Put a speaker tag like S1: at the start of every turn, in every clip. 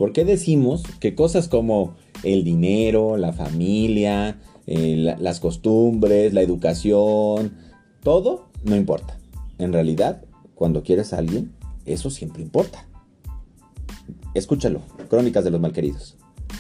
S1: ¿Por qué decimos que cosas como el dinero, la familia, las costumbres, la educación, todo no importa? En realidad, cuando quieres a alguien, eso siempre importa. Escúchalo, Crónicas de los Malqueridos.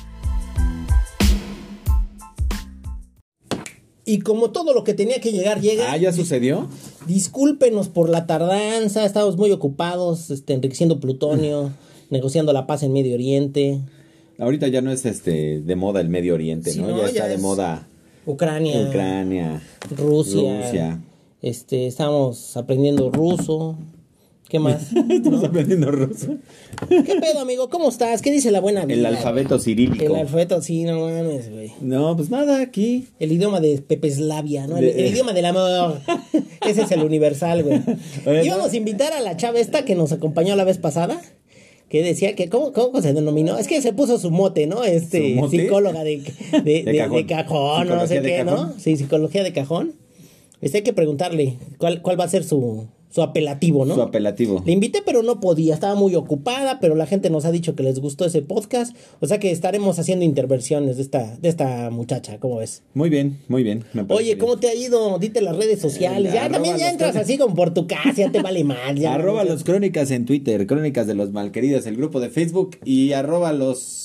S2: Y como todo lo que tenía que llegar, llega.
S1: Ah, ¿ya sucedió?
S2: Discúlpenos por la tardanza, estamos muy ocupados, enriqueciendo plutonio, negociando la paz en Medio Oriente.
S1: Ahorita ya no es de moda el Medio Oriente,
S2: Sí,
S1: ¿no?
S2: no,
S1: Ya está
S2: ya
S1: de
S2: es
S1: moda
S2: Ucrania,
S1: Rusia.
S2: Estamos aprendiendo ruso. ¿Qué más?
S1: Estamos aprendiendo ruso.
S2: ¿Qué pedo, amigo? ¿Cómo estás? ¿Qué dice la buena vida?
S1: El alfabeto cirílico.
S2: El alfabeto, sí, no mames, güey.
S1: No, pues nada, aquí.
S2: El idioma de Pepeslavia, ¿no? El idioma del amor. Ese es el universal, güey. Íbamos a invitar a la chava esta que nos acompañó la vez pasada, que decía que, ¿cómo se denominó? Es que se puso su mote, ¿no?
S1: ¿Su mote?
S2: Psicóloga de cajón, no sé qué, ¿no? Sí, psicología de cajón. Hay que preguntarle cuál va a ser su apelativo, ¿no?
S1: Su apelativo.
S2: Le invité, pero no podía, estaba muy ocupada, pero la gente nos ha dicho que les gustó ese podcast, o sea que estaremos haciendo intervenciones de esta muchacha, ¿cómo ves?
S1: Muy bien, me parece.
S2: Oye, ¿cómo te ha ido? Dite las redes sociales, ya también ya entras así como por tu casa, ya te vale mal. Ya,
S1: arroba los Crónicas en Twitter, Crónicas de los Malqueridos, el grupo de Facebook, y arroba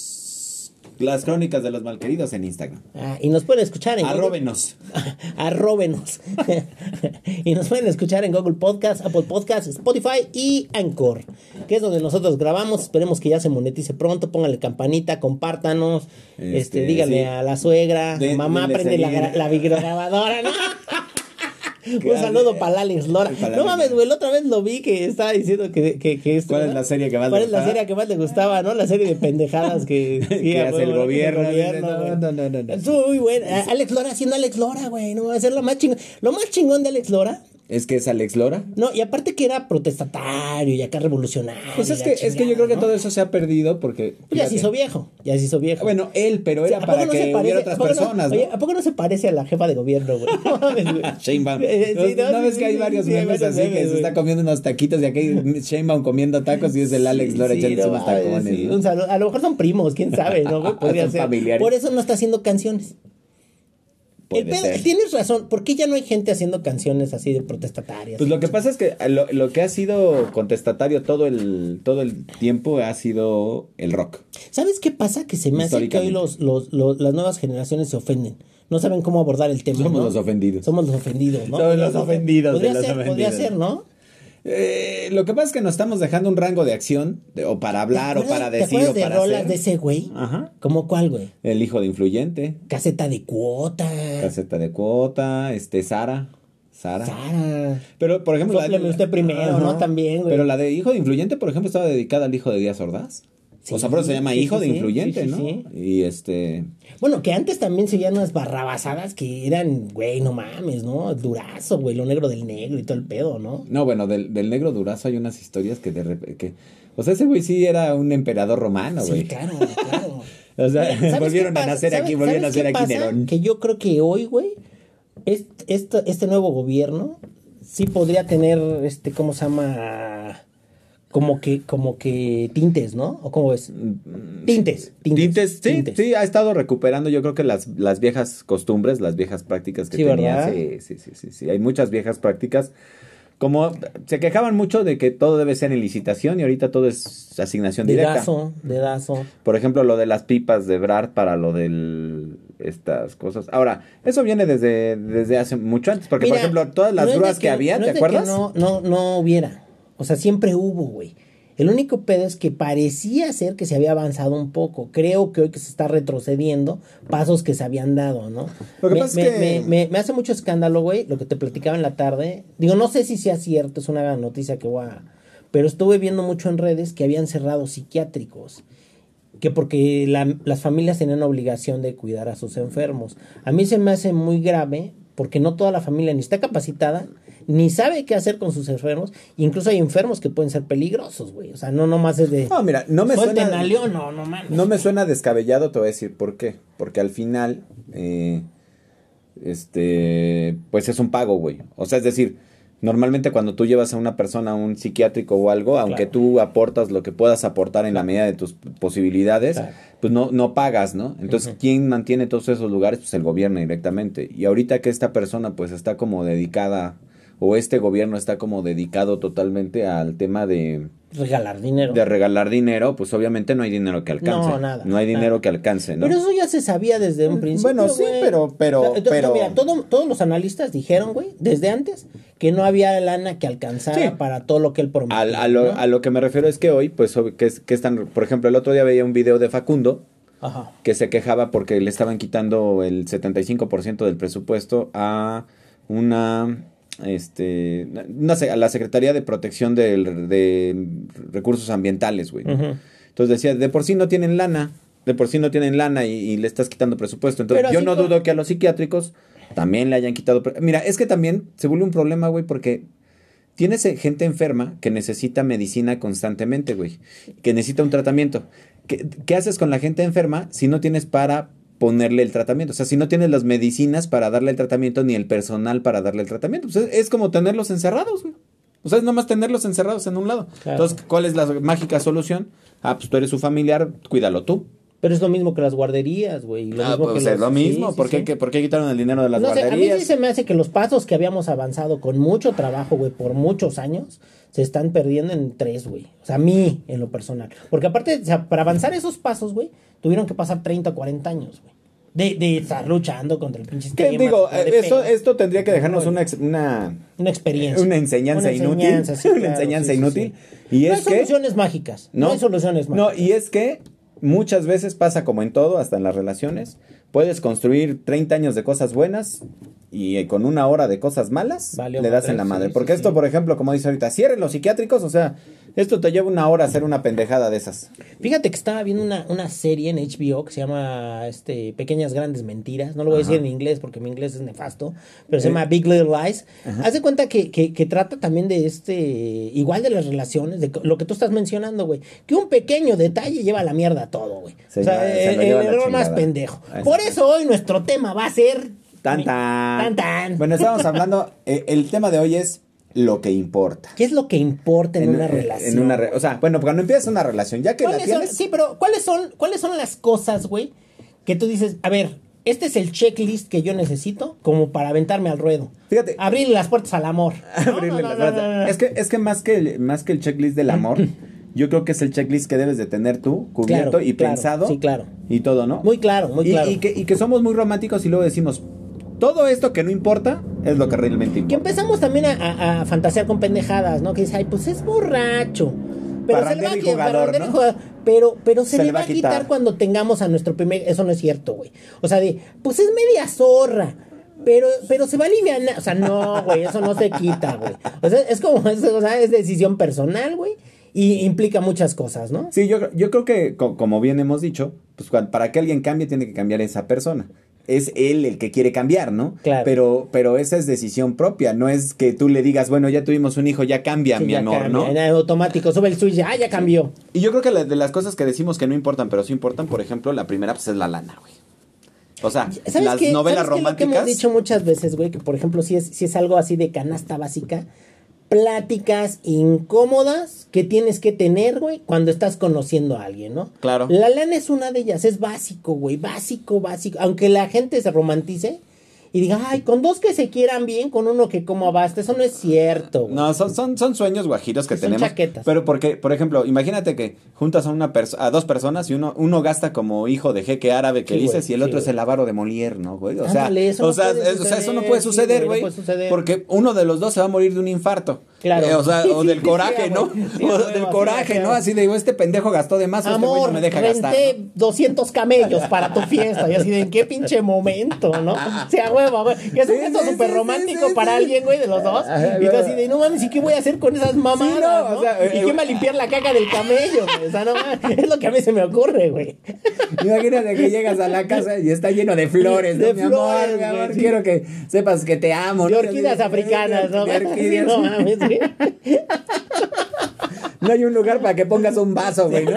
S1: las Crónicas de los Malqueridos en Instagram.
S2: Y nos pueden escuchar en
S1: Arróbenos.
S2: Arróbenos. Y nos pueden escuchar en Google Podcast, Apple Podcast, Spotify y Anchor, que es donde nosotros grabamos. Esperemos que ya se monetice pronto. Pónganle campanita, compártanos. Díganle a la suegra, mamá, prende la videograbadora, ¿no? Un saludo para Alex Lora. No mames, güey, la otra vez lo vi que estaba diciendo que esto,
S1: ¿Cuál es la serie que más le gustaba?
S2: ¿Cuál es la serie que más le gustaba, no? La serie de pendejadas que
S1: hace el gobierno.
S2: No. Estuvo muy buena. Alex Lora haciendo Alex Lora, güey. No va a ser lo más chingón. Lo más chingón de Alex Lora.
S1: ¿Es que es Alex Lora?
S2: No, y aparte que era protestatario y acá revolucionario.
S1: Pues es que yo creo que todo eso se ha perdido porque...
S2: Pues ya se hizo viejo.
S1: Bueno, él, pero era para que hubiera otras personas, ¿no?
S2: Oye, ¿a poco no se parece a la jefa de gobierno, güey? No mames, güey.
S1: Sheinbaum. ¿No ves que hay varios memes así que se está comiendo unos taquitos y aquí Sheinbaum comiendo tacos y es el Alex Lora echándose unos tacones?
S2: Sí. Un saludo. A lo mejor son primos, quién sabe, ¿no, güey? Podría ser.
S1: Familiares.
S2: Por eso no está haciendo canciones. Tienes razón, ¿por qué ya no hay gente haciendo canciones así de protestatarias?
S1: Pues lo que pasa es que lo que ha sido contestatario todo el tiempo ha sido el rock.
S2: ¿Sabes qué pasa? Que se me hace que hoy las nuevas generaciones se ofenden. No saben cómo abordar el tema.
S1: Somos los ofendidos.
S2: Somos los ofendidos, ¿no?
S1: Somos los ofendidos.
S2: Podría ser, ¿no?
S1: Lo que pasa es que nos estamos dejando un rango de acción o para hablar o para decir o para hacer.
S2: ¿Te acuerdas de rolas de ese güey?
S1: Ajá.
S2: ¿Cómo cuál, güey?
S1: El hijo de influyente.
S2: Caseta de cuota. Sara.
S1: Pero, por ejemplo...
S2: Sópleme usted primero, ¿no? También, güey.
S1: Pero la de hijo de influyente, por ejemplo, estaba dedicada al hijo de Díaz Ordaz. Sí, o sea, por eso se llama hijo de influyente, ¿no?
S2: Sí.
S1: Y
S2: Bueno, que antes también se oían unas barrabasadas que eran, güey, no mames, ¿no? Durazo, güey, lo negro del negro y todo el pedo, ¿no?
S1: No, bueno, del negro Durazo hay unas historias que o sea, ese güey sí era un emperador romano, güey.
S2: Sí, claro.
S1: O sea, volvieron a nacer aquí Nerón.
S2: Que yo creo que hoy, güey, este nuevo gobierno sí podría tener, ¿cómo se llama? Como que tintes, ¿no? ¿O cómo es? Tintes,
S1: sí, ha estado recuperando yo creo que las viejas costumbres, las viejas prácticas que tenía.
S2: ¿Verdad?
S1: Sí, hay muchas viejas prácticas. Como se quejaban mucho de que todo debe ser en licitación y ahorita todo es asignación directa.
S2: Dedazo.
S1: Por ejemplo, lo de las pipas de Brad para lo de estas cosas. Ahora, eso viene desde hace mucho antes, porque por ejemplo, todas las grúas que había, ¿te acuerdas?
S2: No hubiera. O sea, siempre hubo, güey. El único pedo es que parecía ser que se había avanzado un poco. Creo que hoy que se está retrocediendo pasos que se habían dado, ¿no?
S1: Lo que pasa es que...
S2: me hace mucho escándalo, güey, lo que te platicaba en la tarde. Digo, no sé si sea cierto, es una gran noticia que voy a... Pero estuve viendo mucho en redes que habían cerrado psiquiátricos. Que porque las familias tenían obligación de cuidar a sus enfermos. A mí se me hace muy grave porque no toda la familia ni está capacitada, ni sabe qué hacer con sus enfermos. Incluso hay enfermos que pueden ser peligrosos, güey. O sea, no nomás es de...
S1: No, mira, no me suena...
S2: a León, no mames.
S1: No me suena descabellado, te voy a decir por qué. Porque al final, pues es un pago, güey. O sea, es decir, Normalmente cuando tú llevas a una persona a un psiquiátrico o algo, aunque tú aportas lo que puedas aportar en la medida de tus posibilidades, pues no pagas, ¿no? Entonces, ¿quién mantiene todos esos lugares? Pues el gobierno directamente. Y ahorita que esta persona pues está como dedicada, o este gobierno está como dedicado totalmente al tema de...
S2: regalar dinero.
S1: De regalar dinero, pues obviamente no hay dinero que alcance.
S2: No, nada.
S1: No hay dinero que alcance, ¿no?
S2: Pero eso ya se sabía desde un principio.
S1: Bueno, sí,
S2: güey.
S1: pero...
S2: Mira, todos los analistas dijeron, güey, desde antes, que no había lana que alcanzara para todo lo que él prometía.
S1: A lo que me refiero es que hoy, pues, que están... Por ejemplo, el otro día veía un video de Facundo, que se quejaba porque le estaban quitando el 75% del presupuesto a una... no sé, a la Secretaría de Protección de Recursos Ambientales, güey. Entonces decía, de por sí no tienen lana y le estás quitando presupuesto. Entonces yo no dudo que a los psiquiátricos también le hayan quitado. Mira, es que también se vuelve un problema, güey, porque tienes gente enferma que necesita medicina constantemente, güey, que necesita un tratamiento. ¿Qué haces con la gente enferma si no tienes para ponerle el tratamiento? O sea, si no tienes las medicinas para darle el tratamiento ni el personal para darle el tratamiento, pues es como tenerlos encerrados, güey. O sea, es nomás tenerlos encerrados en un lado. Claro. Entonces, ¿cuál es la mágica solución? Pues tú eres su familiar, cuídalo tú.
S2: Pero es lo mismo que las guarderías, güey.
S1: Pues es lo mismo. ¿Por qué quitaron el dinero de las guarderías?
S2: A mí sí se me hace que los pasos que habíamos avanzado con mucho trabajo, güey, por muchos años, se están perdiendo en 3, güey. O sea, a mí, en lo personal. Porque aparte, o sea, para avanzar esos pasos, güey, tuvieron que pasar 30 o 40 años, güey. De estar luchando contra el pinche sistema.
S1: ¿Qué digo? Esto tendría que dejarnos una
S2: experiencia.
S1: Una enseñanza inútil.
S2: Sí,
S1: una enseñanza inútil. Y
S2: no hay soluciones mágicas. No hay soluciones mágicas.
S1: No, y es que muchas veces pasa como en todo, hasta en las relaciones. Puedes construir 30 años de cosas buenas y con 1 hora de cosas malas le das en la madre. Porque esto, por ejemplo, como dice ahorita, cierren los psiquiátricos, o sea, esto te lleva 1 hora hacer una pendejada de esas.
S2: Fíjate que estaba viendo una serie en HBO que se llama Pequeñas Grandes Mentiras. No lo voy a decir en inglés porque mi inglés es nefasto, pero se llama Big Little Lies. Haz de cuenta que trata también de igual de las relaciones, de lo que tú estás mencionando, güey. Que un pequeño detalle lleva a la mierda todo, güey. O sea, el error más pendejo. Por eso hoy nuestro tema va a ser... Tan.
S1: Bueno, estamos hablando, el tema de hoy es lo que importa.
S2: ¿Qué es lo que importa en una relación?
S1: O sea, bueno, cuando empiezas una relación, ya que la tienes...
S2: Sí, pero ¿cuáles son las cosas, güey, que tú dices, a ver, este es el checklist que yo necesito como para aventarme al ruedo?
S1: Fíjate.
S2: Abrirle las puertas al amor.
S1: No. Es que más que el checklist del amor... Yo creo que es el checklist que debes de tener tú, cubierto y pensado.
S2: Sí, claro.
S1: Y todo, ¿no?
S2: Muy claro.
S1: Y que somos muy románticos y luego decimos, todo esto que no importa es lo que realmente importa.
S2: Que empezamos también a fantasear con pendejadas, ¿no? Que dices, ay, pues es borracho. Pero se le va a quitar, pero se le va a quitar cuando tengamos a nuestro primer... Eso no es cierto, güey. O sea, pues es media zorra. Pero se va a aliviar. O sea, no, güey, eso no se quita, güey. O sea, es decisión personal, güey. Y implica muchas cosas, ¿no?
S1: Sí, yo creo que, como bien hemos dicho, pues para que alguien cambie, tiene que cambiar esa persona. Es él el que quiere cambiar, ¿no?
S2: Claro.
S1: Pero esa es decisión propia, no es que tú le digas, bueno, ya tuvimos un hijo, ya cambia, mi amor, cambia, ¿no?
S2: En automático, sube el switch, ya cambió.
S1: Y yo creo que de las cosas que decimos que no importan, pero sí importan, por ejemplo, la primera, pues es la lana, güey. O sea, las novelas románticas...
S2: Lo que hemos dicho muchas veces, güey, que por ejemplo, si es algo así de canasta básica... Pláticas incómodas que tienes que tener, güey, cuando estás conociendo a alguien, ¿no?
S1: Claro.
S2: La lana es una de ellas, es básico, güey, básico. Aunque la gente se romantice y diga, ay, con 2 que se quieran bien, con 1 que como basta, eso no es cierto, güey.
S1: No, son sueños guajiros que tenemos.
S2: Son chaquetas.
S1: Pero porque, por ejemplo, imagínate que juntas a 2 personas y uno gasta como hijo de jeque árabe que dices, güey, y el otro es el avaro de Molière, ¿no, güey? O sea, eso no puede suceder, güey. Porque uno de los dos se va a morir de un infarto.
S2: Claro.
S1: O del coraje, ¿no? O del coraje, ¿no? Así de, digo, este pendejo gastó de más,
S2: amor,
S1: este güey no me deja gastar, ¿no?
S2: 200 camellos para tu fiesta. Y así de, ¿en qué pinche momento, no? O sea, huevo, güey. Que es un gesto súper romántico para alguien, güey, de los dos. Y tú así de, no mames, ¿y qué voy a hacer con esas mamadas, no? O sea, ¿y quién va a limpiar la caca del camello, güey? O sea, no mames, es lo que a mí se me ocurre, güey.
S1: Imagínate que llegas a la casa y está lleno de flores, ¿no? Mi amor, quiero que sepas que te amo.
S2: De orquídeas africanas, ¿no?
S1: De orquídeas.
S2: No mames, güey.
S1: No hay un lugar para que pongas un vaso, güey, ¿no?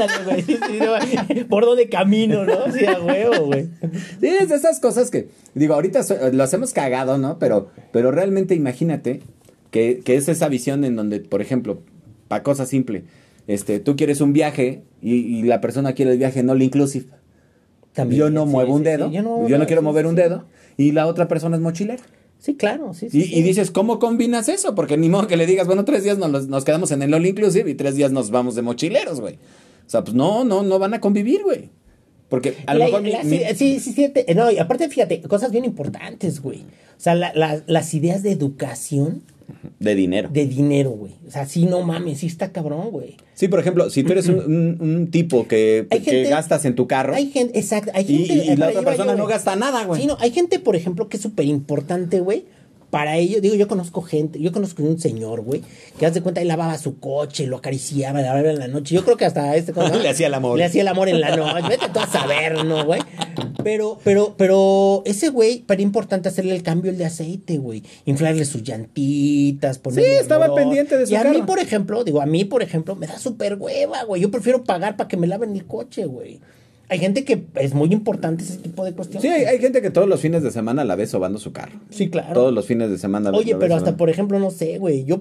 S2: ¿Por dónde camino, no? Sí, a huevo, güey.
S1: Sí, es de esas cosas que, digo, ahorita lo hacemos cagado, ¿no? Pero realmente imagínate que es esa visión en donde, por ejemplo, para cosas simple, tú quieres un viaje y la persona quiere el viaje no all inclusive. También, yo no muevo un dedo, yo no quiero mover un dedo, y la otra persona es mochilera.
S2: Sí, claro,
S1: Y dices, ¿cómo combinas eso? Porque ni modo que le digas, bueno, 3 días nos quedamos en el all inclusive y 3 días nos vamos de mochileros, güey. O sea, pues no van a convivir, güey. Porque a lo mejor...
S2: No, y aparte, fíjate, cosas bien importantes, güey. O sea, las ideas de educación...
S1: De dinero.
S2: De dinero, güey. O sea, sí, no mames, sí está cabrón, güey.
S1: Sí, por ejemplo, si tú eres un tipo que gastas en tu carro...
S2: Hay gente, exacto. Hay gente,
S1: y la otra persona no gasta nada, güey.
S2: Sí, no, hay gente, por ejemplo, que es súper importante, güey. Para ello, digo, yo conozco un señor, güey, que haz de cuenta, él lavaba su coche, lo acariciaba, le lavaba en la noche. Yo creo que hasta
S1: le hacía el amor.
S2: Le hacía el amor en la noche. Vete tú a saber, ¿no, güey? Pero ese güey, para importante hacerle el cambio de aceite, güey. Inflarle sus llantitas, ponerle.
S1: Sí, estaba pendiente de su carro.
S2: Y a mí, por ejemplo, me da súper hueva, güey. Yo prefiero pagar para que me laven el coche, güey. Hay gente que es muy importante ese tipo de cuestiones.
S1: Sí, hay gente que todos los fines de semana la ve sobando su carro.
S2: Sí, claro.
S1: Todos los fines de semana.
S2: Oye, pero hasta, por ejemplo, no sé, güey. Yo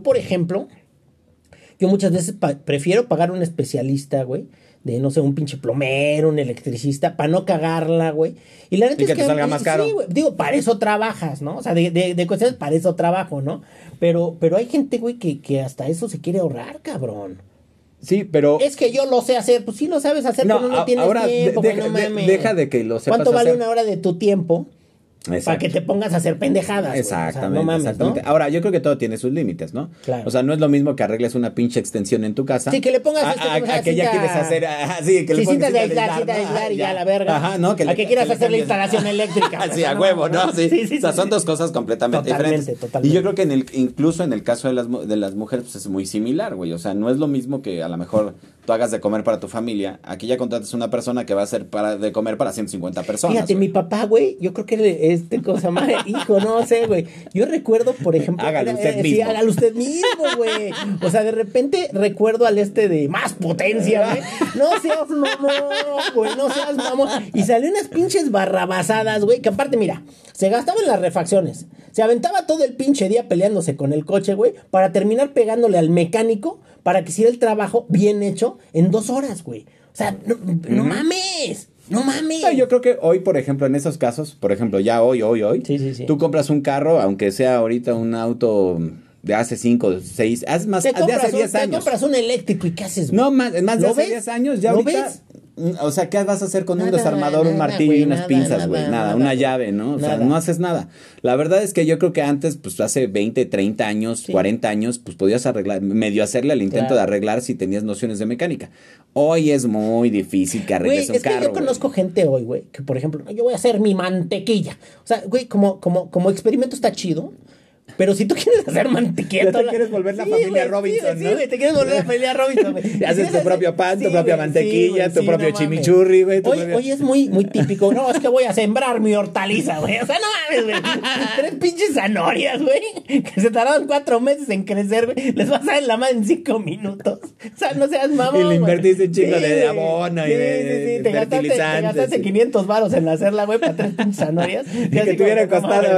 S2: muchas veces prefiero pagar un especialista, güey, de, no sé, un pinche plomero, un electricista, para no cagarla, güey. Y la neta
S1: es que te salga más caro.
S2: Sí, güey. Digo, para eso trabajas, ¿no? O sea, de cuestiones, para eso trabajo, ¿no? Pero hay gente, güey, que hasta eso se quiere ahorrar, cabrón.
S1: Sí, pero...
S2: Es que yo lo sé hacer. Pues sí lo sabes hacer, pero no tienes tiempo, güey, no mames.
S1: Deja de que lo sepas
S2: ¿Cuánto vale
S1: hacer?
S2: una hora de tu tiempo? Exacto. Para que te pongas a hacer pendejadas.
S1: Exactamente,
S2: o sea, no mames,
S1: exactamente.
S2: ¿no?
S1: Ahora, yo creo que todo tiene sus límites, ¿no?
S2: Claro.
S1: O sea, no es lo mismo que arregles una pinche extensión en tu casa.
S2: Sí, que le pongas
S1: a que ya quieres hacer... sí, que le pongas
S2: cintas de aislar y ya la verga.
S1: Ajá, ¿no?
S2: A que quieras hacer la instalación eléctrica.
S1: Sí, a huevo, ¿no? Sí. O sea, son dos cosas completamente diferentes.
S2: Totalmente.
S1: Y yo creo que incluso en el caso de las mujeres, pues es muy similar, güey. O sea, no es lo mismo que a lo mejor tú hagas de comer para tu familia. Aquí ya contratas una persona que va a hacer de comer para 150 personas.
S2: Fíjate,
S1: güey.
S2: Mi papá, güey, yo creo que cosa más, hijo, no sé, güey. Yo recuerdo, por ejemplo...
S1: Hágalo usted mismo.
S2: Sí, hágalo usted mismo, güey. O sea, de repente recuerdo al de más potencia, güey. No seas mamón, güey, no seas mamón. Y salió unas pinches barrabasadas, güey, que aparte, mira, se gastaban las refacciones. Se aventaba todo el pinche día peleándose con el coche, güey, para terminar pegándole al mecánico para que hiciera el trabajo bien hecho en 2 horas, güey. O sea, no mames. No mames.
S1: No, yo creo que hoy, por ejemplo, en esos casos, por ejemplo, ya hoy,
S2: sí.
S1: Tú compras un carro, aunque sea ahorita un auto de hace 5, 6, de hace 10 años.
S2: Te compras un eléctrico y ¿qué haces, güey?
S1: No, más de hace 10 años, ya ahorita... ¿Ves? O sea, ¿qué vas a hacer con un desarmador, un martillo y unas pinzas, güey? Nada, una llave, ¿no? O sea, no haces nada. La verdad es que yo creo que antes, pues hace 20, 30 años, 40 años, pues podías arreglar, medio hacerle al intento de arreglar si tenías nociones de mecánica. Hoy es muy difícil que arregles un carro.
S2: Es que yo conozco gente hoy, güey, que por ejemplo, yo voy a hacer mi mantequilla. O sea, güey, como experimento está chido. Pero si tú quieres hacer mantequilla...
S1: Ya te quieres volver la familia Robinson, ¿no?
S2: Sí, güey, te quieres volver la familia Robinson, güey.
S1: Haces tu propio pan, tu propia mantequilla, tu propio chimichurri, güey.
S2: Hoy es muy típico. No, es que voy a sembrar mi hortaliza, güey. O sea, no mames, güey. 3 pinches zanahorias, güey, que se tardaron 4 meses en crecer, güey. Les vas a dar la mano en 5 minutos. O sea, no seas mamón,
S1: y le invertiste un chingo de abono y de fertilizantes.
S2: Te gastaste 500 varos en hacerla, güey, para 3 pinches zanahorias.
S1: Que te hubieran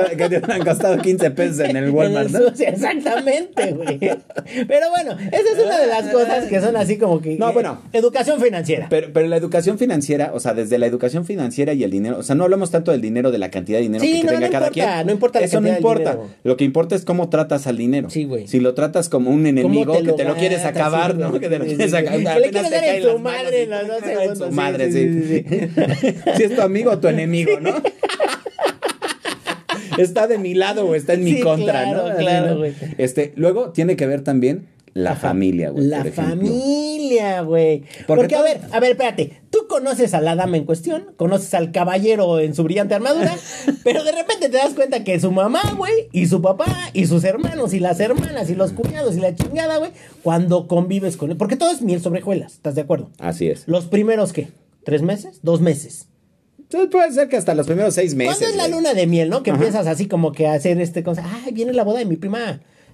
S1: costado 15 pesos en el Walmart, ¿no?
S2: Exactamente, güey. Pero bueno, esa es una de las cosas que son así como que...
S1: No, bueno.
S2: Educación financiera.
S1: Pero la educación financiera, o sea, desde la educación financiera y el dinero, o sea, no hablamos tanto del dinero, de la cantidad de dinero que tenga cada quien.
S2: No importa la
S1: Eso no
S2: cantidad
S1: importa.
S2: Dinero.
S1: Lo que importa es cómo tratas al dinero.
S2: Sí, güey.
S1: Si lo tratas como un enemigo que te lo quieres acabar, ¿no? Que te lo quieres acabar.
S2: Que le quieres dar en tu madre en los 2 segundos.
S1: En su madre, sí. Si es tu amigo o tu enemigo, ¿no? ¿Está de mi lado o está en mi contra,
S2: claro,
S1: no?
S2: Claro, güey.
S1: Luego tiene que ver también la familia, güey.
S2: La familia, güey. Porque a ver, espérate. Tú conoces a la dama en cuestión, conoces al caballero en su brillante armadura, pero de repente te das cuenta que su mamá, güey, y su papá, y sus hermanos, y las hermanas, y los cuñados, y la chingada, güey, cuando convives con él. Porque todo es miel sobre hojuelas, ¿estás de acuerdo?
S1: Así es.
S2: Los primeros, ¿qué? ¿3 meses? 2 meses.
S1: Entonces puede ser que hasta los primeros 6 meses.
S2: ¿Cuándo es la luna de miel, no? Que empiezas así como que a hacer cosa. Ay, viene la boda de mi prima.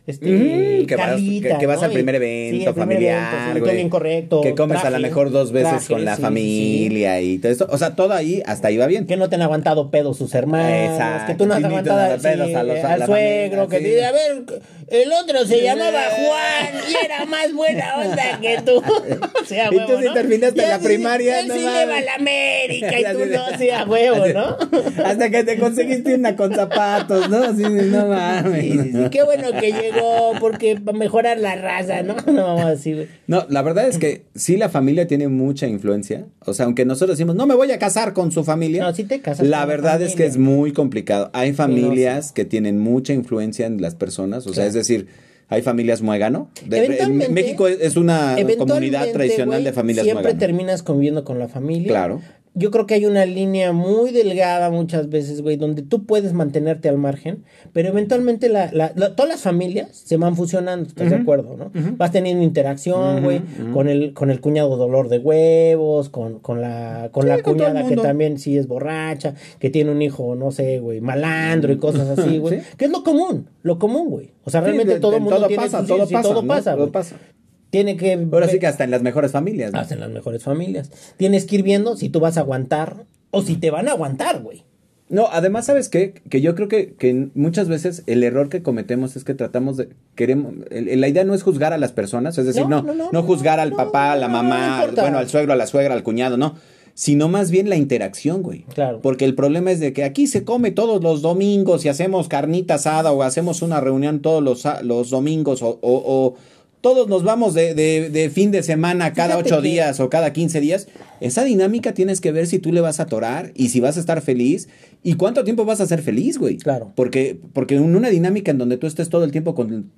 S2: Carlita,
S1: que vas
S2: ¿no?
S1: al primer evento
S2: el primer
S1: familiar,
S2: evento, sí, todo bien correcto,
S1: que comes
S2: traje,
S1: a lo mejor 2 veces
S2: traje,
S1: con la
S2: sí,
S1: familia y todo eso. O sea, todo ahí hasta ahí va bien.
S2: que no te han aguantado pedos sus hermanos,
S1: Exacto,
S2: que tú no has
S1: sí, ni te
S2: aguantado
S1: dan pedos a
S2: al
S1: la
S2: suegro,
S1: familia,
S2: que
S1: sí.
S2: te dice, a ver, el otro se llamaba Juan y era más buena onda que tú. O sea,
S1: Y
S2: huevo,
S1: tú sí
S2: ¿no?
S1: terminaste
S2: Y
S1: en la
S2: así,
S1: primaria,
S2: él
S1: no
S2: sí
S1: mames.
S2: le va a la América y
S1: Así
S2: tú
S1: de-
S2: no, sí, a huevo,
S1: así-
S2: ¿no?
S1: Hasta que te conseguiste una con zapatos, ¿no? Así de, no mames.
S2: Sí, qué bueno que llegó, porque para mejorar la raza, ¿no? No, así, güey.
S1: No, la verdad es que sí la familia tiene mucha influencia. O sea, aunque nosotros decimos, no me voy a casar con su familia.
S2: No, sí te casas
S1: La
S2: con la
S1: verdad es que
S2: familia.
S1: es muy complicado. Hay familias
S2: sí.
S1: que tienen mucha influencia en las personas. O sea,
S2: Claro.
S1: es decir, hay familias muégano.
S2: Eventualmente,
S1: México es una comunidad tradicional
S2: güey,
S1: de familias
S2: siempre
S1: muégano.
S2: terminas conviviendo con la familia.
S1: Claro.
S2: Yo creo que hay una línea muy delgada muchas veces, güey, donde tú puedes mantenerte al margen, pero eventualmente todas las familias se van fusionando, ¿estás de acuerdo, no? Vas teniendo interacción, güey, con el cuñado dolor de huevos, con la
S1: con todo el
S2: cuñada que
S1: mundo.
S2: también sí es borracha, que tiene un hijo, no sé, güey, malandro y cosas así, güey.
S1: Sí.
S2: Que es lo común, güey. O sea,
S1: Sí,
S2: realmente todo el mundo
S1: todo
S2: tiene
S1: pasa,
S2: sus-
S1: todo
S2: sí,
S1: pasa,
S2: todo
S1: ¿no?
S2: pasa,
S1: Todo
S2: güey.
S1: pasa.
S2: Tiene que
S1: Ahora sí que hasta en las mejores familias, ¿no?
S2: hacen las mejores familias. Tienes que ir viendo si tú vas a aguantar o si te van a aguantar, güey.
S1: No, además, ¿sabes qué? Que yo creo que muchas veces el error que cometemos es que tratamos de... la idea no es juzgar a las personas, es decir, no juzgar al papá, a la mamá,
S2: importa.
S1: bueno, al suegro, a la suegra, al cuñado, no. Sino más bien la interacción, güey.
S2: Claro.
S1: Porque el problema es de que aquí se come todos los domingos y hacemos carnita asada o hacemos una reunión todos los domingos o todos nos vamos de fin de semana cada
S2: Fíjate
S1: 8
S2: que-
S1: días o cada 15 días. Esa dinámica tienes que ver si tú le vas a atorar y si vas a estar feliz y cuánto tiempo vas a ser feliz, güey.
S2: Claro.
S1: Porque en una dinámica en donde tú estés todo el tiempo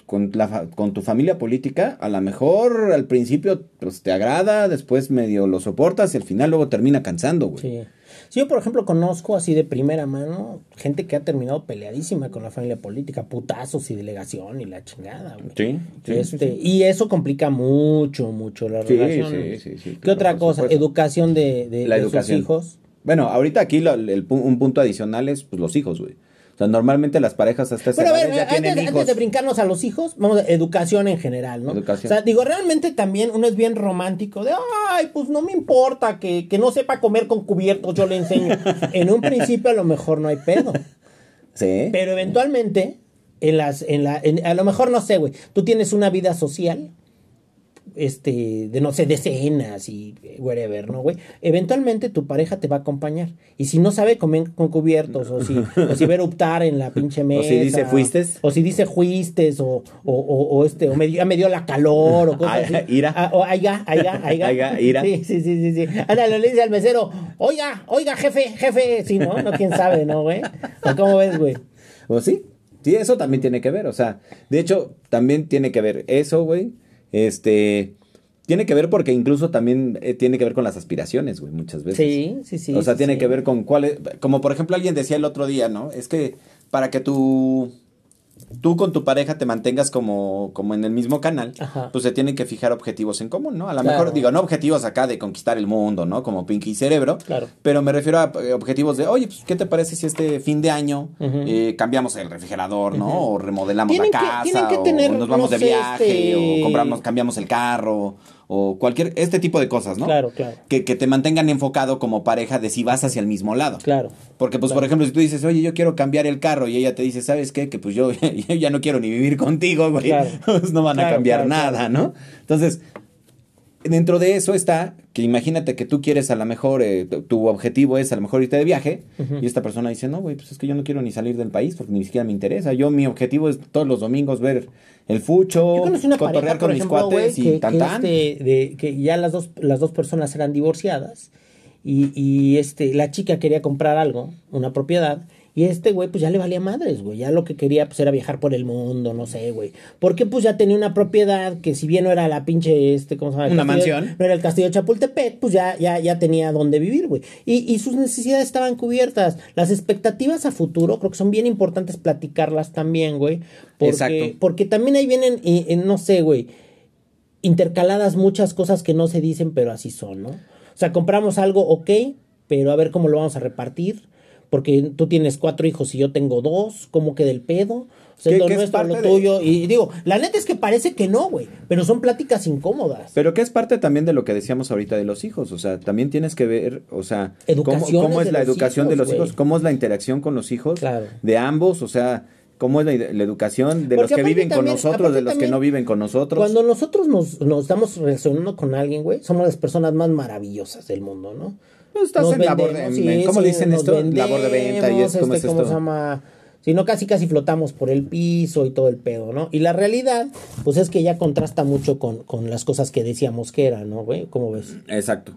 S1: con tu familia política, a lo mejor al principio pues, te agrada, después medio lo soportas y al final luego termina cansando, güey.
S2: Sí. Sí, yo, por ejemplo, conozco así de primera mano gente que ha terminado peleadísima con la familia política, putazos y delegación y la chingada, güey. Y eso complica mucho las relaciones.
S1: Sí,
S2: ¿Qué otra
S1: por
S2: cosa?
S1: supuesto.
S2: Educación de
S1: La
S2: sus
S1: educación.
S2: hijos.
S1: Bueno, ahorita aquí un punto adicional es pues, los hijos, güey. O sea, normalmente las parejas hasta esa
S2: Bueno, a
S1: edad
S2: ver,
S1: ya tienen
S2: antes
S1: hijos.
S2: de brincarnos a los hijos, vamos a educación en general, ¿no?
S1: Educación.
S2: O sea, digo, realmente también uno es bien romántico de, ay, pues no me importa que no sepa comer con cubiertos, yo le enseño. En un principio a lo mejor no hay pedo,
S1: Sí.
S2: pero eventualmente, a lo mejor no sé, güey, tú tienes una vida social, de no sé, de cenas y whatever, ¿no, güey? Eventualmente tu pareja te va a acompañar. Y si no sabe comer con cubiertos, o si ver optar en la pinche mesa.
S1: O si dice fuistes.
S2: O si dice fuistes, o me dio la calor, o cosas así.
S1: Ira.
S2: O aiga.
S1: Aiga, ira.
S2: Sí. Ándale, le dice al mesero, oiga, jefe. Sí, ¿no? No, quién sabe, ¿no, güey? ¿O cómo ves, güey?
S1: ¿O sí? Sí, eso también tiene que ver. O sea, de hecho, también tiene que ver eso, güey. Tiene que ver porque incluso también tiene que ver con las aspiraciones, güey, muchas veces.
S2: Sí.
S1: O sea,
S2: sí,
S1: tiene
S2: sí.
S1: que ver con cuáles, como por ejemplo alguien decía el otro día, ¿no? Es que para que tú con tu pareja te mantengas como en el mismo canal,
S2: Ajá.
S1: pues se tienen que fijar objetivos en común, ¿no? A lo
S2: Claro.
S1: mejor, digo, no objetivos acá de conquistar el mundo, ¿no? Como Pinky Cerebro,
S2: Claro.
S1: pero me refiero a objetivos de, oye, pues, ¿qué te parece si este fin de año
S2: Ujú.
S1: cambiamos el refrigerador, ¿no? O remodelamos la
S2: Tienen que
S1: casa,
S2: tener,
S1: o nos vamos
S2: no
S1: de
S2: sé,
S1: viaje, o cambiamos el carro, o este tipo de cosas, ¿no?
S2: Claro.
S1: Que te mantengan enfocado como pareja de si vas hacia el mismo lado.
S2: Claro.
S1: Porque, pues,
S2: Claro.
S1: por ejemplo, si tú dices, oye, yo quiero cambiar el carro, y ella te dice, ¿sabes qué? Que pues yo ya no quiero ni vivir contigo, güey.
S2: Claro.
S1: Pues no van a
S2: Claro,
S1: cambiar
S2: claro,
S1: nada,
S2: claro.
S1: ¿no? Entonces, dentro de eso está que imagínate que tú quieres a lo mejor, tu objetivo es a lo mejor irte de viaje,
S2: Ujú.
S1: y esta persona dice, no, güey, pues es que yo no quiero ni salir del país porque ni siquiera me interesa. Mi objetivo es todos los domingos ver el fucho,
S2: Yo conocí una
S1: cotorrear
S2: pareja,
S1: con
S2: por
S1: mis
S2: ejemplo, güey,
S1: cuates y tan tan.
S2: que ya las dos personas eran divorciadas y la chica quería comprar algo, una propiedad, y güey, pues ya le valía madres, güey, ya lo que quería, pues, era viajar por el mundo, no sé, güey, porque, pues, ya tenía una propiedad que si bien no era la pinche, ¿cómo se llama?
S1: Una mansión.
S2: No era el castillo de Chapultepec, pues ya tenía dónde vivir, güey, y sus necesidades estaban cubiertas. Las expectativas a futuro creo que son bien importantes platicarlas también, güey,
S1: Exacto.
S2: porque también ahí vienen, no sé, güey, intercaladas muchas cosas que no se dicen, pero así son, ¿no? O sea, compramos algo, ok, pero a ver cómo lo vamos a repartir. porque tú tienes 4 hijos y yo tengo 2, ¿cómo queda el pedo? O sea,
S1: ¿Qué-
S2: lo
S1: qué es
S2: nuestro,
S1: parte
S2: lo
S1: de-
S2: tuyo. Y digo, la neta es que parece que no, güey. Pero son pláticas incómodas.
S1: Pero que es parte también de lo que decíamos ahorita de los hijos, o sea, también tienes que ver, o sea,
S2: Educaciones
S1: cómo es
S2: de
S1: la
S2: los
S1: educación de
S2: hijos,
S1: los hijos,
S2: güey.
S1: cómo es la interacción con los hijos
S2: Claro.
S1: de ambos, o sea, cómo es la educación de
S2: Porque
S1: los que
S2: aparte
S1: viven con
S2: también-
S1: nosotros,
S2: aparte
S1: de los que
S2: también,
S1: no viven con nosotros.
S2: Cuando nosotros nos estamos relacionando con alguien, güey, somos las personas más maravillosas del mundo, ¿no?
S1: Pues estás
S2: Nos
S1: en labor
S2: vendemos,
S1: ¿cómo le dicen
S2: nos
S1: esto? Labor de venta y es, ¿cómo es
S2: ¿cómo
S1: esto?
S2: se llama? Si no, casi flotamos por el piso y todo el pedo, ¿no? Y la realidad, pues es que ya contrasta mucho con las cosas que decíamos que eran, ¿no, güey? ¿Cómo ves?
S1: Exacto.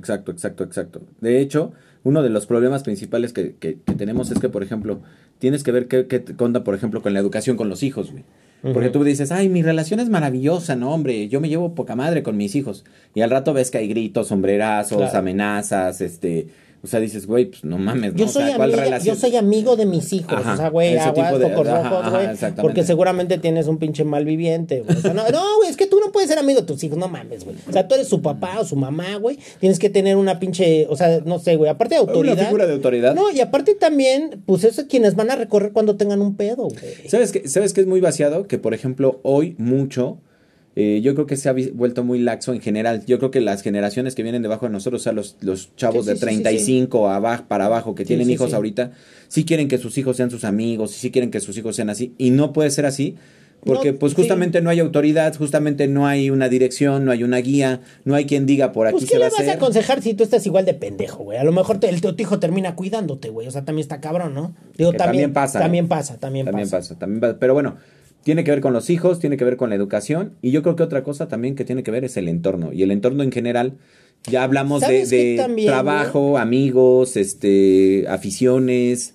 S1: De hecho, uno de los problemas principales que tenemos es que, por ejemplo, tienes que ver qué onda, por ejemplo, con la educación con los hijos, güey. Porque tú dices, ay, mi relación es maravillosa, ¿no, hombre? Yo me llevo poca madre con mis hijos. Y al rato ves que hay gritos, sombrerazos,
S2: Claro.
S1: amenazas, o sea, dices, güey, pues no mames, ¿no?
S2: Yo
S1: O sea,
S2: soy
S1: ¿cuál
S2: amiga,
S1: relación?
S2: yo soy amigo de mis hijos,
S1: Ajá,
S2: o sea, güey,
S1: ese
S2: aguas,
S1: tipo de-
S2: focos
S1: ajá,
S2: rojos,
S1: ajá,
S2: güey,
S1: exactamente.
S2: porque seguramente tienes un pinche mal viviente, güey. O sea, no, güey, es que tú no puedes ser amigo de tus hijos, no mames, güey. O sea, tú eres su papá o su mamá, güey, tienes que tener una pinche, o sea, no sé, güey, aparte de autoridad.
S1: Una figura de autoridad.
S2: No, y aparte también, pues eso es quienes van a recorrer cuando tengan un pedo, güey.
S1: ¿Sabes qué es muy vaciado? Que, por ejemplo, hoy mucho, yo creo que se ha vuelto muy laxo en general. Yo creo que las generaciones que vienen debajo de nosotros, o sea, los chavos
S2: Sí,
S1: de
S2: sí, sí,
S1: 35 para abajo que
S2: Sí,
S1: tienen
S2: sí,
S1: hijos
S2: sí.
S1: ahorita, sí quieren que sus hijos sean sus amigos, sí quieren que sus hijos sean así, y no puede ser así. Porque
S2: No,
S1: pues
S2: sí.
S1: justamente no hay autoridad, justamente no hay una dirección, no hay una guía, no hay quien diga por aquí
S2: Pues,
S1: se
S2: ¿qué
S1: va
S2: le
S1: a
S2: vas a
S1: hacer.
S2: aconsejar si tú estás igual de pendejo, güey? A lo mejor tu hijo termina cuidándote, güey. O sea, también está cabrón, ¿no? Digo,
S1: Que también pasa,
S2: También
S1: ¿eh?
S2: pasa, también pasa.
S1: También pasa. Pero bueno, tiene que ver con los hijos, tiene que ver con la educación, y yo creo que otra cosa también que tiene que ver es el entorno. Y el entorno en general, ya hablamos
S2: ¿Sabes qué
S1: de
S2: también,
S1: trabajo, amigos, aficiones,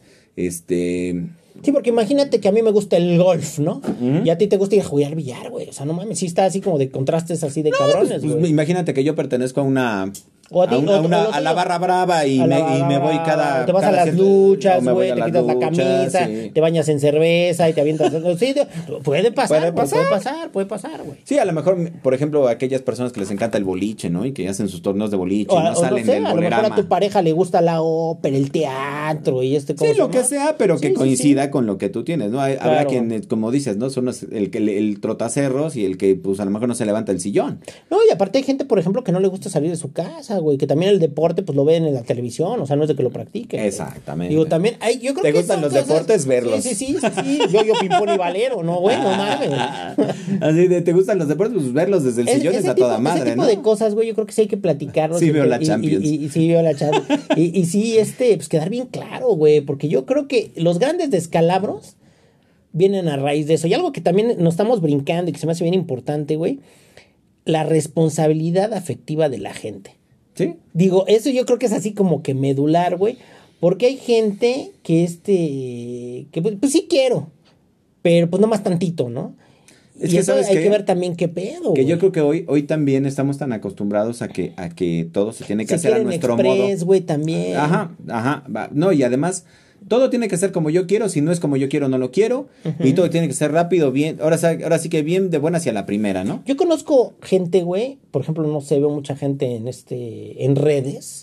S2: Sí, porque imagínate que a mí me gusta el golf, ¿no? Y a ti te gusta ir a jugar billar, güey. O sea, no mames, sí está así como de contrastes así de cabrones,
S1: pues,
S2: güey.
S1: imagínate que yo pertenezco a una...
S2: O a ti- o- o los
S1: a la
S2: hijos-
S1: barra brava y
S2: a la
S1: me voy
S2: barra,
S1: cada...
S2: te vas
S1: cada
S2: a las
S1: cierto-
S2: luchas,
S1: o me voy
S2: güey,
S1: a
S2: te
S1: las
S2: quitas la
S1: luchas,
S2: camisa,
S1: sí.
S2: te bañas en cerveza y te avientas. Sí, puede pasar, puede pasar, güey.
S1: Sí, a lo mejor, por ejemplo, aquellas personas que les encanta el boliche, ¿no? Y que hacen sus torneos de boliche,
S2: O,
S1: no
S2: o
S1: salen
S2: no sé,
S1: del
S2: a lo mejor a
S1: bolerama.
S2: tu pareja le gusta la ópera, el teatro y ¿cómo
S1: Sí,
S2: se
S1: lo
S2: llama?
S1: que sea, pero que
S2: Sí, sí,
S1: coincida
S2: sí.
S1: con lo que tú tienes, ¿no? Habrá
S2: Claro.
S1: quien, como dices, ¿no? Son el trotacerros y el que, pues, a lo mejor no se levanta el sillón.
S2: No, y aparte hay gente, por ejemplo, que no le gusta salir de su casa, güey, que también el deporte, pues lo ven en la televisión, o sea, no es de que lo practique. güey.
S1: Exactamente.
S2: Digo, también, yo creo
S1: ¿Te
S2: que
S1: gustan
S2: son
S1: los
S2: cosas-
S1: deportes? Verlos.
S2: Sí. Yo ping-pong y valero, no, güey, no mames.
S1: Así de, ¿te gustan los deportes? Pues verlos desde el sillón
S2: Ese
S1: es a
S2: tipo,
S1: toda madre,
S2: ese tipo
S1: ¿no?
S2: de cosas, güey, yo creo que sí hay que platicarlos.
S1: Sí veo la
S2: y-
S1: Champions.
S2: Y sí veo la Champions. y sí, pues quedar bien claro, güey, porque yo creo que los grandes descalabros vienen a raíz de eso. Y algo que también nos estamos brincando y que se me hace bien importante, güey, la responsabilidad afectiva de la gente.
S1: Sí.
S2: Digo, eso yo creo que es así como que medular, güey, porque hay gente que que pues sí quiero, pero pues no más tantito, ¿no?
S1: Es
S2: Y
S1: que,
S2: eso
S1: ¿sabes
S2: hay
S1: qué?
S2: que ver también qué pedo,
S1: Que
S2: güey.
S1: yo creo que hoy también estamos tan acostumbrados a que todo se tiene que
S2: Si
S1: hacer a
S2: quieren
S1: nuestro
S2: express,
S1: modo.
S2: güey, también.
S1: Ajá. No, y además, todo tiene que ser como yo quiero. Si no es como yo quiero, no lo quiero. Y todo tiene que ser rápido, bien. Ahora sí que bien de buena hacia la primera, ¿no?
S2: Yo conozco gente, güey, por ejemplo, no sé, veo mucha gente en redes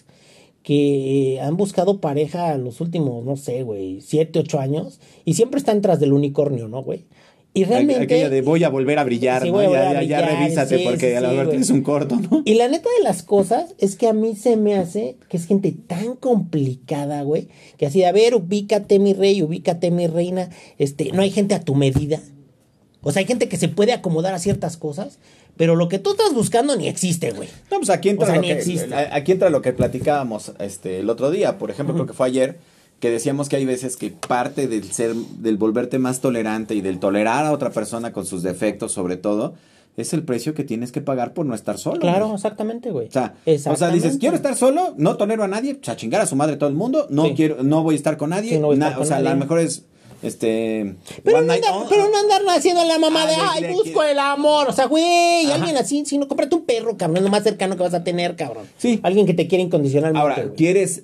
S2: que han buscado pareja en los últimos, no sé, güey, 7, 8 años y siempre están tras del unicornio, ¿no, güey? Y realmente...
S1: Aquella de voy a volver a brillar,
S2: Sí,
S1: ¿no?
S2: voy a volver a
S1: Ya
S2: brillar,
S1: revísate
S2: sí,
S1: porque
S2: sí,
S1: a lo
S2: sí,
S1: mejor
S2: güey.
S1: tienes un corto, ¿no?
S2: Y la neta de las cosas es que a mí se me hace que es gente tan complicada, güey, que así, a ver, ubícate mi rey, ubícate mi reina, no hay gente a tu medida. O sea, hay gente que se puede acomodar a ciertas cosas, pero lo que tú estás buscando ni existe, güey.
S1: No, pues aquí entra,
S2: O sea,
S1: lo
S2: ni
S1: que,
S2: existe.
S1: aquí entra lo que platicábamos el otro día. Por ejemplo, creo que fue ayer, que decíamos que hay veces que parte del volverte más tolerante y del tolerar a otra persona con sus defectos, sobre todo, es el precio que tienes que pagar por no estar solo.
S2: Claro,
S1: güey.
S2: exactamente, güey.
S1: O sea, dices, quiero estar solo, no tolero a nadie, a chingar a su madre todo el mundo, no
S2: Sí.
S1: no voy a estar con nadie,
S2: Sí, no voy a estar con
S1: o sea, a
S2: nadie.
S1: lo mejor es
S2: Pero
S1: one
S2: no,
S1: night
S2: pero no andar haciendo la mamá de,
S1: Ah,
S2: ay,
S1: de-
S2: busco el amor. O sea, güey, alguien así, si no, cómprate un perro, cabrón, es lo más cercano que vas a tener, cabrón.
S1: Sí.
S2: Alguien que te quiere incondicionalmente.
S1: Ahora,
S2: güey.
S1: ¿quieres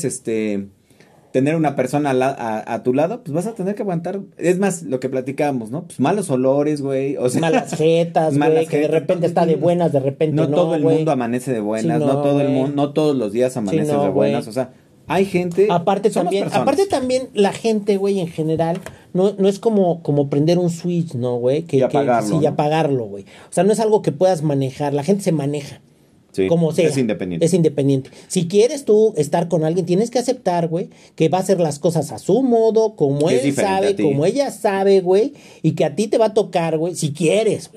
S1: tener una persona a tu lado? Pues vas a tener que aguantar. Es más, lo que platicábamos, ¿no? Pues malos olores, güey. O sea,
S2: Malas jetas,
S1: malas
S2: güey, que de
S1: jetas,
S2: repente
S1: todo-
S2: está de buenas, de repente no,
S1: no todo el
S2: güey.
S1: mundo amanece de buenas,
S2: Sí,
S1: no todo el
S2: güey.
S1: mundo, no todos los días amaneces
S2: no,
S1: de buenas,
S2: güey.
S1: o sea, Hay gente...
S2: Aparte también la gente, güey, en general, no es como prender un switch, ¿no, güey?
S1: Y apagarlo,
S2: sí, y
S1: ¿no?
S2: apagarlo, güey. O sea, no es algo que puedas manejar. La gente se maneja.
S1: Sí,
S2: como sea.
S1: es independiente.
S2: Es independiente. Si quieres tú estar con alguien, tienes que aceptar, güey, que va a hacer las cosas a su modo, como
S1: Que es
S2: él
S1: diferente
S2: sabe,
S1: a ti.
S2: como ella sabe, güey, y que a ti te va a tocar, güey, si quieres,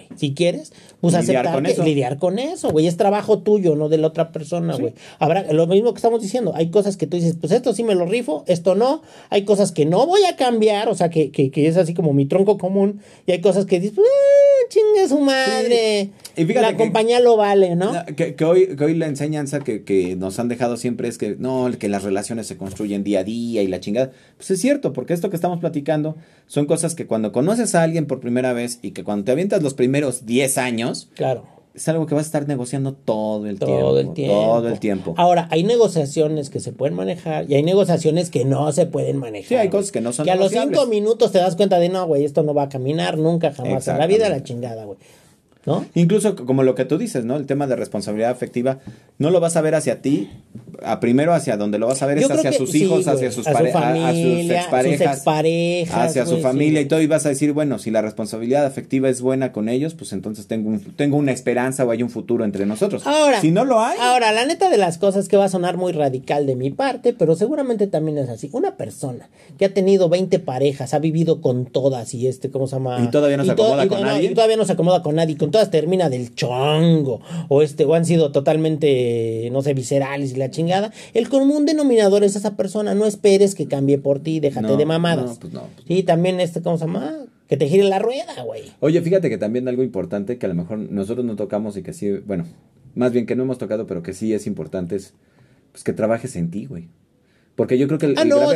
S2: pues lidiar con eso, güey. Es trabajo tuyo, no de la otra persona,
S1: Sí.
S2: güey. Habrá, lo mismo que estamos diciendo, hay cosas que tú dices, pues esto sí me lo rifo, esto no. Hay cosas que no voy a cambiar, o sea, que es así como mi tronco común, y hay cosas que dices, chingue su madre.
S1: Sí. Y fíjate
S2: la compañía lo vale, ¿no?
S1: Que hoy la enseñanza que nos han dejado siempre es que no, que las relaciones se construyen día a día y la chingada. Pues es cierto, porque esto que estamos platicando son cosas que cuando conoces a alguien por primera vez y que cuando te avientas los primeros 10 años,
S2: Claro.
S1: es algo que vas a estar negociando todo el tiempo.
S2: Todo el tiempo. Ahora, hay negociaciones que se pueden manejar y hay negociaciones que no se pueden manejar.
S1: Sí, hay cosas que no son
S2: que a los
S1: negociables.
S2: 5 minutos te das cuenta de, no, güey, esto no va a caminar nunca, jamás en la vida, la chingada, güey. ¿No?
S1: Incluso como lo que tú dices, ¿no? El tema de responsabilidad afectiva, no lo vas a ver hacia ti, primero hacia donde lo vas a ver es hacia sus hijos,
S2: güey,
S1: hacia sus
S2: familia,
S1: exparejas, hacia su
S2: güey,
S1: familia
S2: sí.
S1: y todo, y vas a decir, bueno, si la responsabilidad afectiva es buena con ellos, pues entonces tengo una esperanza o hay un futuro entre nosotros.
S2: Ahora,
S1: si no lo hay...
S2: Ahora, la neta de las cosas que va a sonar muy radical de mi parte, pero seguramente también es así. Una persona que ha tenido 20 parejas, ha vivido con todas y ¿cómo se llama?
S1: Y todavía no se acomoda con nadie.
S2: Y todavía no se acomoda con nadie, con todas termina del chongo, o han sido totalmente, no sé, viscerales y la chingada. El común denominador es esa persona, no esperes que cambie por ti, déjate de mamadas.
S1: No.
S2: Y también ¿cómo se llama? Que te gire la rueda, güey.
S1: Oye, fíjate que también algo importante que a lo mejor nosotros no tocamos y que sí, bueno, más bien que no hemos tocado, pero que sí es importante es pues que trabajes en ti, güey. Porque yo creo que el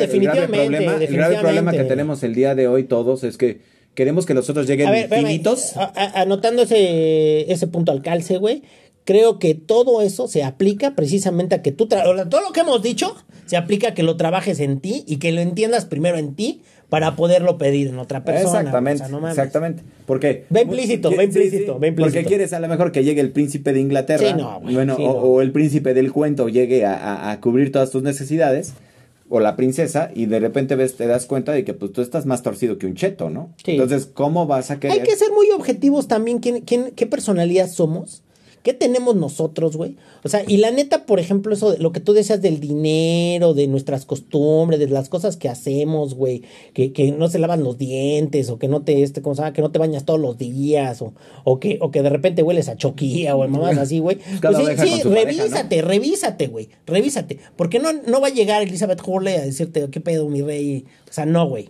S1: grave problema que tenemos el día de hoy todos es que queremos que los otros lleguen infinitos.
S2: Anotando ese punto al calce, güey. Creo que todo eso se aplica precisamente a que todo lo que hemos dicho se aplica a que lo trabajes en ti y que lo entiendas primero en ti para poderlo pedir en otra persona.
S1: Exactamente,
S2: o sea, no mames.
S1: exactamente. Porque
S2: Va implícito.
S1: Porque quieres a lo mejor que llegue el príncipe de Inglaterra,
S2: sí, no, güey,
S1: bueno,
S2: sí,
S1: o el príncipe del cuento llegue a cubrir todas tus necesidades, o la princesa, y de repente te das cuenta de que pues tú estás más torcido que un cheto, ¿no?
S2: Sí.
S1: Entonces, ¿cómo vas a querer?
S2: Hay que ser muy objetivos también qué personalidad somos. ¿Qué tenemos nosotros, güey? O sea, y la neta, por ejemplo, eso de lo que tú decías del dinero, de nuestras costumbres, de las cosas que hacemos, güey, que no se lavan los dientes, o que no te, ¿cómo se llama? Que no te bañas todos los días, o que de repente hueles a choquía, o mamás así, güey.
S1: Cada
S2: Pues
S1: oveja con su pareja, ¿no?
S2: revísate, güey, revísate. Porque no va a llegar Elizabeth Hurley a decirte, ¿qué pedo, mi rey? O sea, no, güey.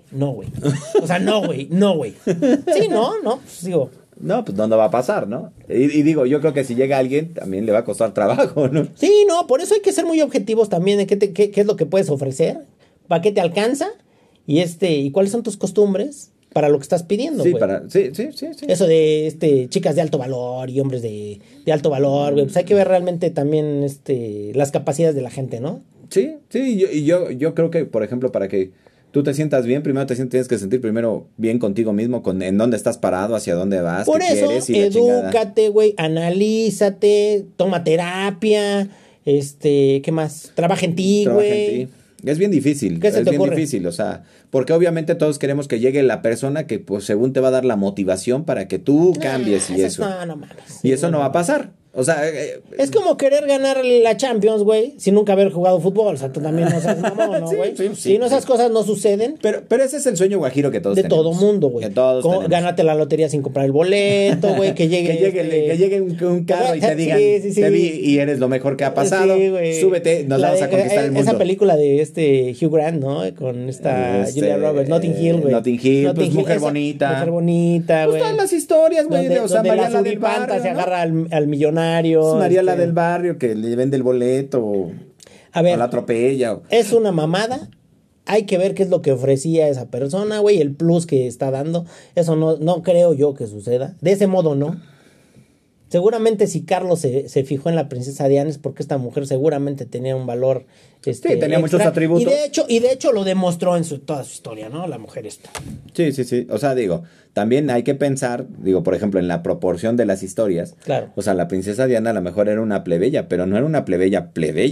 S2: O sea, no, güey. Sí, no, pues digo...
S1: No, pues no va a pasar, ¿no? Y digo, yo creo que si llega alguien, también le va a costar trabajo, ¿no?
S2: Sí, no, por eso hay que ser muy objetivos también de qué es lo que puedes ofrecer, para qué te alcanza, y cuáles son tus costumbres para lo que estás pidiendo,
S1: Sí,
S2: güey.
S1: sí.
S2: Eso de chicas de alto valor y hombres de alto valor, güey, pues hay que ver realmente también las capacidades de la gente, ¿no?
S1: Sí, yo creo que, por ejemplo, para que tú te sientas bien, primero tienes que sentir primero bien contigo mismo, en dónde estás parado, hacia dónde vas,
S2: Por
S1: qué
S2: eso,
S1: quieres y la chingada.
S2: edúcate, güey, analízate, toma terapia, ¿qué más? Trabaja en ti,
S1: Trabaja
S2: güey.
S1: en ti. Es bien difícil,
S2: ¿Qué se te ocurre?
S1: difícil, o sea, porque obviamente todos queremos que llegue la persona que, pues, según te va a dar la motivación para que tú cambies y eso.
S2: No mames.
S1: Y eso no va a pasar. O sea,
S2: es como querer ganar la Champions, güey, sin nunca haber jugado fútbol. O sea, tú también no seas mamón, ¿no, güey? Sí, esas cosas no suceden.
S1: Pero ese es el sueño guajiro que todos
S2: de
S1: tenemos.
S2: todo mundo, güey.
S1: Que todos tenemos.
S2: Gánate la lotería sin comprar el boleto, güey. Que
S1: llegue un carro y te digan,
S2: sí.
S1: te vi y eres lo mejor que ha pasado. Sí, güey. Súbete, nos vamos a conquistar el mundo.
S2: Esa película de Hugh Grant, ¿no? Con esta Julia Roberts, Notting Hill, güey.
S1: Notting Hill, pues Mujer Bonita.
S2: Mujer Bonita, güey.
S1: Pues todas las historias, güey. O sea,
S2: María la del barrio, se agarra al millonario.
S1: María la del barrio que le vende el boleto
S2: a ver,
S1: o la atropella.
S2: Es una mamada. Hay que ver qué es lo que ofrecía esa persona, güey, el plus que está dando. Eso no creo yo que suceda. De ese modo no. Seguramente si Carlos se fijó en la princesa Diana es porque esta mujer seguramente tenía un valor
S1: sí, tenía muchos atributos.
S2: Y de hecho lo demostró en toda su historia, ¿no? La mujer esta.
S1: Sí. O sea, digo, también hay que pensar, por ejemplo, en la proporción de las historias.
S2: Claro.
S1: O sea, la princesa Diana a lo mejor era una plebeya, pero no era una plebeya.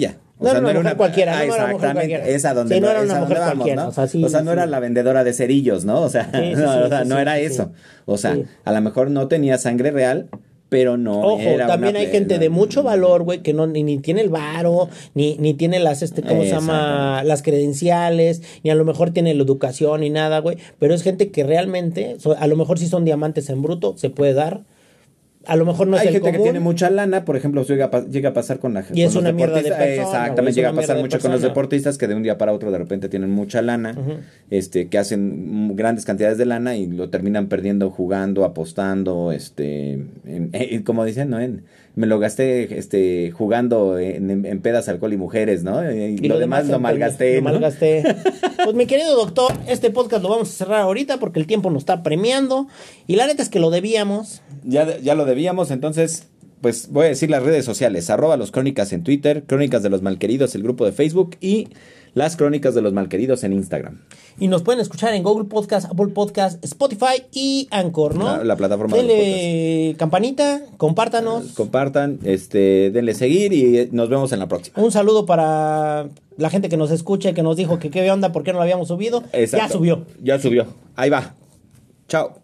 S2: No era una mujer cualquiera, no era una mujer
S1: exactamente,
S2: cualquiera.
S1: esa donde
S2: Sí, no era
S1: esa
S2: una
S1: donde
S2: mujer
S1: vamos,
S2: cualquiera,
S1: ¿no?
S2: o sea, sí,
S1: no
S2: sí.
S1: era la vendedora de cerillos, ¿no? O sea,
S2: Sí, sí,
S1: no era
S2: sí.
S1: eso. O sea,
S2: Sí.
S1: a lo mejor no tenía sangre real, pero no
S2: Ojo,
S1: era
S2: también hay gente de mucho valor, güey, que no ni tiene el varo, ni tiene las, ¿cómo se llama? Las credenciales, ni a lo mejor tiene la educación ni nada, güey. Pero es gente que realmente, a lo mejor si son diamantes en bruto, se puede dar. A lo mejor no es
S1: Hay
S2: el
S1: gente
S2: común.
S1: que tiene mucha lana, por ejemplo, llega a pasar con la gente.
S2: Y es una mierda de persona.
S1: Exactamente, llega a pasar mucho con los
S2: persona.
S1: deportistas que de un día para otro de repente tienen mucha lana, que hacen grandes cantidades de lana y lo terminan perdiendo jugando, apostando, como dicen, ¿no? Me lo gasté jugando en pedas, alcohol y mujeres, ¿no? Y lo demás lo malgasté, ¿no?
S2: Malgasté. Pues mi querido doctor, este podcast lo vamos a cerrar ahorita porque el tiempo nos está premiando y la neta es que lo debíamos.
S1: Ya lo debíamos, entonces, pues voy a decir las redes sociales, @loscrónicas en Twitter, Crónicas de los Malqueridos, el grupo de Facebook y las Crónicas de los Malqueridos en Instagram.
S2: Y nos pueden escuchar en Google Podcast, Apple Podcast, Spotify y Anchor, ¿no?
S1: La plataforma
S2: Denle
S1: de los
S2: campanita, compártanos.
S1: Compartan, denle seguir y nos vemos en la próxima.
S2: Un saludo para la gente que nos escucha y que nos dijo que qué onda, por qué no lo habíamos subido.
S1: Exacto.
S2: Ya subió.
S1: Ya subió. Ahí va. Chao.